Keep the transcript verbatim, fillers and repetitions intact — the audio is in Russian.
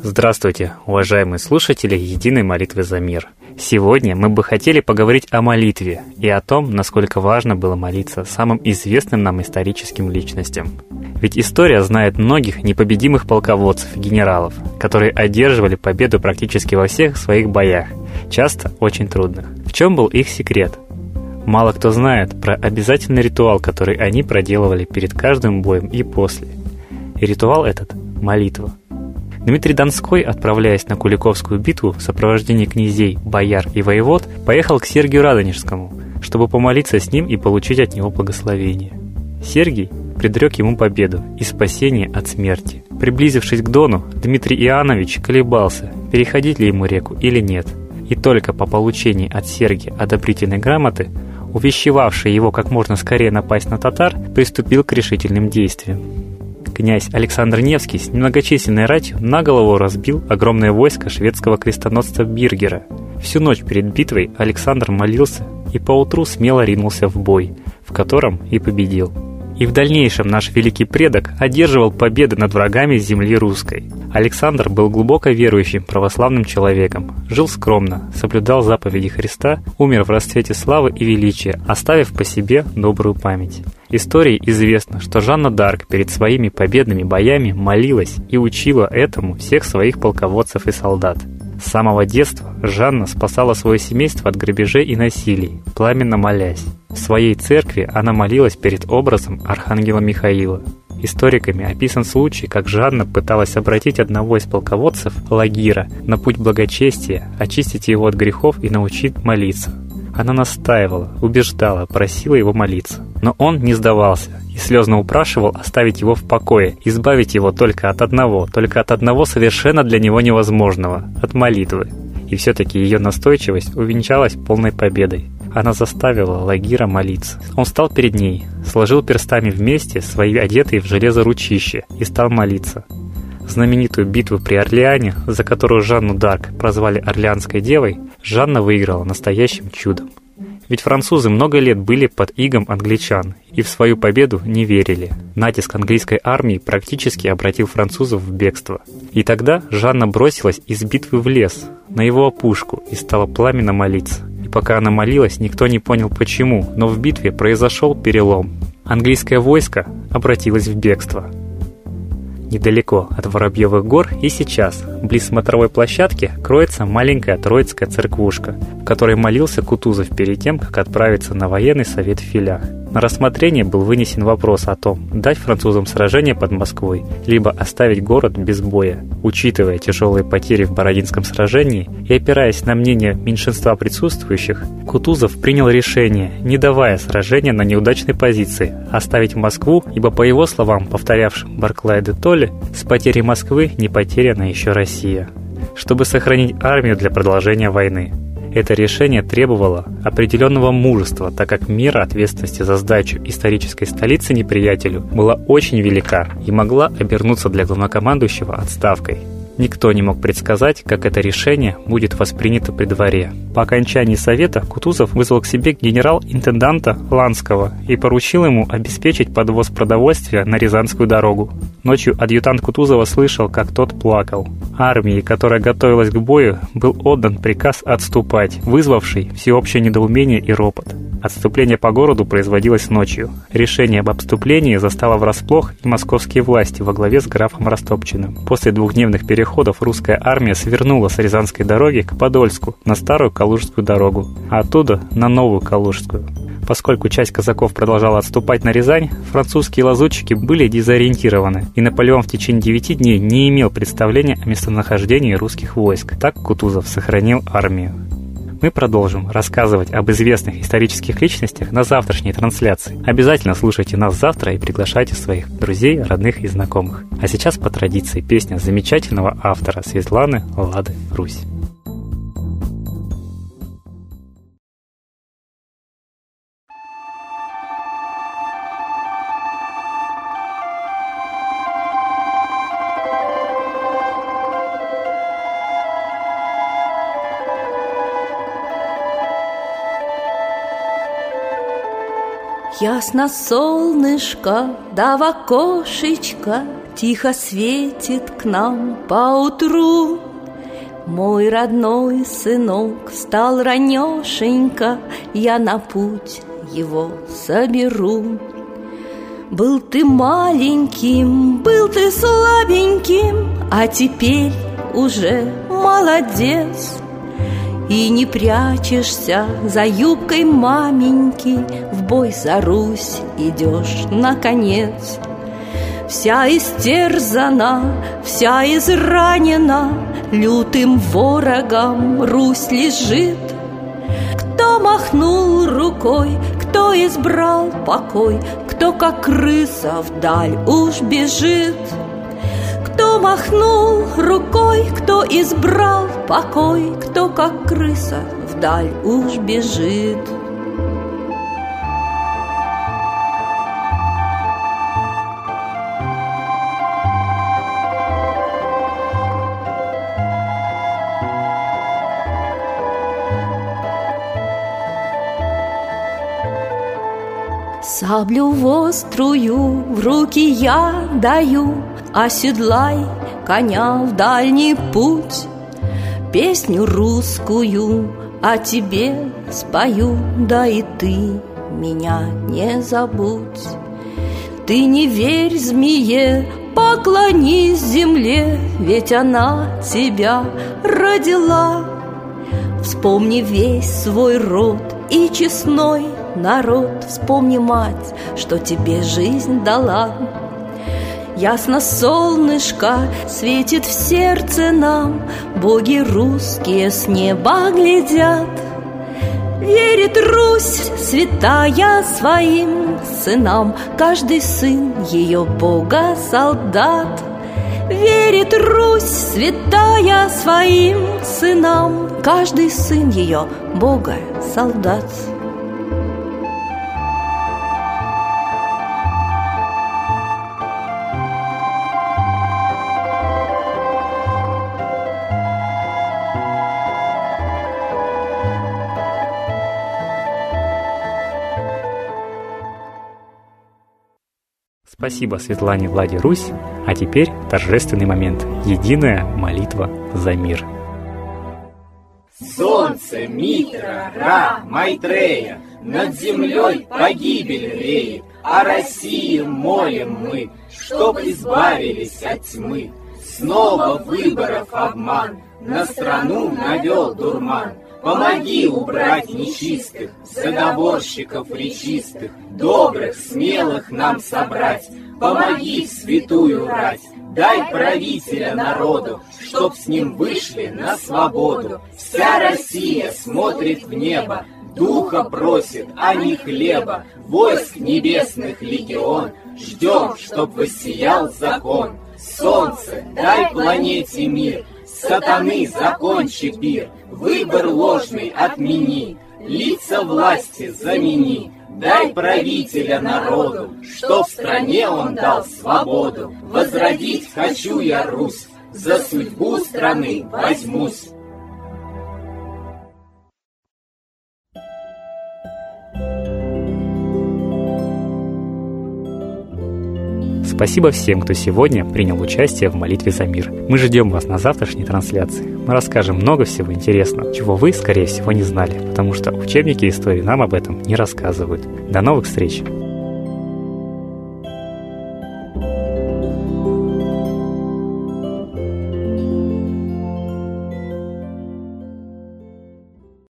Здравствуйте, уважаемые слушатели Единой молитвы за мир. Сегодня мы бы хотели поговорить о молитве и о том, насколько важно было молиться самым известным нам историческим личностям. Ведь история знает многих непобедимых полководцев и генералов, которые одерживали победу практически во всех своих боях, часто очень трудных. В чем был их секрет? Мало кто знает про обязательный ритуал, который они проделывали перед каждым боем и после. И ритуал этот – молитва. Дмитрий Донской, отправляясь на Куликовскую битву в сопровождении князей, бояр и воевод, поехал к Сергию Радонежскому, чтобы помолиться с ним и получить от него благословение. Сергий предрек ему победу и спасение от смерти. Приблизившись к Дону, Дмитрий Иоаннович колебался, переходить ли ему реку или нет. И только по получении от Сергия одобрительной грамоты, увещевавшей его как можно скорее напасть на татар, приступил к решительным действиям. Князь Александр Невский с немногочисленной ратью наголову разбил огромное войско шведского крестоносца Биргера. Всю ночь перед битвой Александр молился и поутру смело ринулся в бой, в котором и победил. И в дальнейшем наш великий предок одерживал победы над врагами земли русской. Александр был глубоко верующим православным человеком, жил скромно, соблюдал заповеди Христа, умер в расцвете славы и величия, оставив по себе добрую память. Историей известно, что Жанна д'Арк перед своими победными боями молилась и учила этому всех своих полководцев и солдат. С самого детства Жанна спасала свое семейство от грабежей и насилий, пламенно молясь. В своей церкви она молилась перед образом архангела Михаила. Историками описан случай, как Жанна пыталась обратить одного из полководцев, Лагира, на путь благочестия, очистить его от грехов и научить молиться. Она настаивала, убеждала, просила его молиться. Но он не сдавался и слезно упрашивал оставить его в покое, избавить его только от одного, только от одного совершенно для него невозможного – от молитвы. И все-таки ее настойчивость увенчалась полной победой. Она заставила Лагира молиться. Он встал перед ней, сложил перстами вместе свои одетые в железо ручища и стал молиться. Знаменитую битву при Орлеане, за которую Жанну д'Арк прозвали Орлеанской девой, Жанна выиграла настоящим чудом. Ведь французы много лет были под игом англичан и в свою победу не верили. Натиск английской армии практически обратил французов в бегство. И тогда Жанна бросилась из битвы в лес, на его опушку, и стала пламенно молиться. И пока она молилась, никто не понял почему, но в битве произошел перелом. Английское войско обратилось в бегство. Недалеко от Воробьевых гор и сейчас, близ смотровой площадки, кроется маленькая троицкая церквушка, в которой молился Кутузов перед тем, как отправиться на военный совет в Филях. На рассмотрение был вынесен вопрос о том, дать французам сражение под Москвой, либо оставить город без боя. Учитывая тяжелые потери в Бородинском сражении и опираясь на мнение меньшинства присутствующих, Кутузов принял решение, не давая сражения на неудачной позиции, оставить Москву, ибо, по его словам, повторявшим Барклай де Толли, с потерей Москвы не потеряна еще Россия, чтобы сохранить армию для продолжения войны. Это решение требовало определенного мужества, так как мера ответственности за сдачу исторической столицы неприятелю была очень велика и могла обернуться для главнокомандующего отставкой. Никто не мог предсказать, как это решение будет воспринято при дворе. По окончании совета Кутузов вызвал к себе генерал-интенданта Ланского и поручил ему обеспечить подвоз продовольствия на Рязанскую дорогу. Ночью адъютант Кутузова слышал, как тот плакал. Армии, которая готовилась к бою, был отдан приказ отступать, вызвавший всеобщее недоумение и ропот. Отступление по городу производилось ночью. Решение об отступлении застало врасплох и московские власти во главе с графом Растопчиным. После двухдневных переходов русская армия свернула с Рязанской дороги к Подольску на старую Калужскую дорогу, а оттуда на новую Калужскую. Поскольку часть казаков продолжала отступать на Рязань, французские лазутчики были дезориентированы, и Наполеон в течение девяти дней не имел представления о местонахождении русских войск. Так Кутузов сохранил армию. Мы продолжим рассказывать об известных исторических личностях на завтрашней трансляции. Обязательно слушайте нас завтра и приглашайте своих друзей, родных и знакомых. А сейчас, по традиции, песня замечательного автора Светланы Лады Русь. Ясно солнышко, да в окошечко тихо светит к нам поутру. Мой родной сынок встал ранешенько, я на путь его соберу. Был ты маленьким, был ты слабеньким, а теперь уже молодец. И не прячешься за юбкой маменьки, в бой за Русь идешь наконец. Вся истерзана, вся изранена, лютым ворогом Русь лежит. Кто махнул рукой, кто избрал покой, кто как крыса вдаль уж бежит. Кто махнул рукой, кто избрал покой, кто как крыса вдаль уж бежит. Саблю вострую в руки я даю, оседлай коня в дальний путь. Песню русскую о тебе спою, да и ты меня не забудь. Ты не верь змее, поклонись земле, ведь она тебя родила. Вспомни весь свой род и честной народ, вспомни мать, что тебе жизнь дала. Ясно солнышко светит в сердце нам, боги русские с неба глядят. Верит Русь святая своим сынам, каждый сын ее бога солдат. Верит Русь святая своим сынам, каждый сын ее бога солдат. Спасибо Светлане Владе Русь. А теперь торжественный момент. Единая молитва за мир. Солнце, Митра, Ра, Майтрея, над землей погибель реет, о России молим мы, чтоб избавились от тьмы. Снова выборов обман, на страну навел дурман. Помоги убрать нечистых, заговорщиков речистых, добрых, смелых нам собрать. Помоги святую рать, дай правителя народу, чтоб с ним вышли на свободу. Вся Россия смотрит в небо, духа просит, а не хлеба. Войск небесных легион, ждем, чтоб воссиял закон. Солнце, дай планете мир, сатаны закончи пир. Выбор ложный отмени, лица власти замени. Дай правителя народу, что в стране он дал свободу. Возродить хочу я Русь, за судьбу страны возьмусь. Спасибо всем, кто сегодня принял участие в молитве за мир. Мы ждем вас на завтрашней трансляции. Мы расскажем много всего интересного, чего вы, скорее всего, не знали, потому что учебники истории нам об этом не рассказывают. До новых встреч!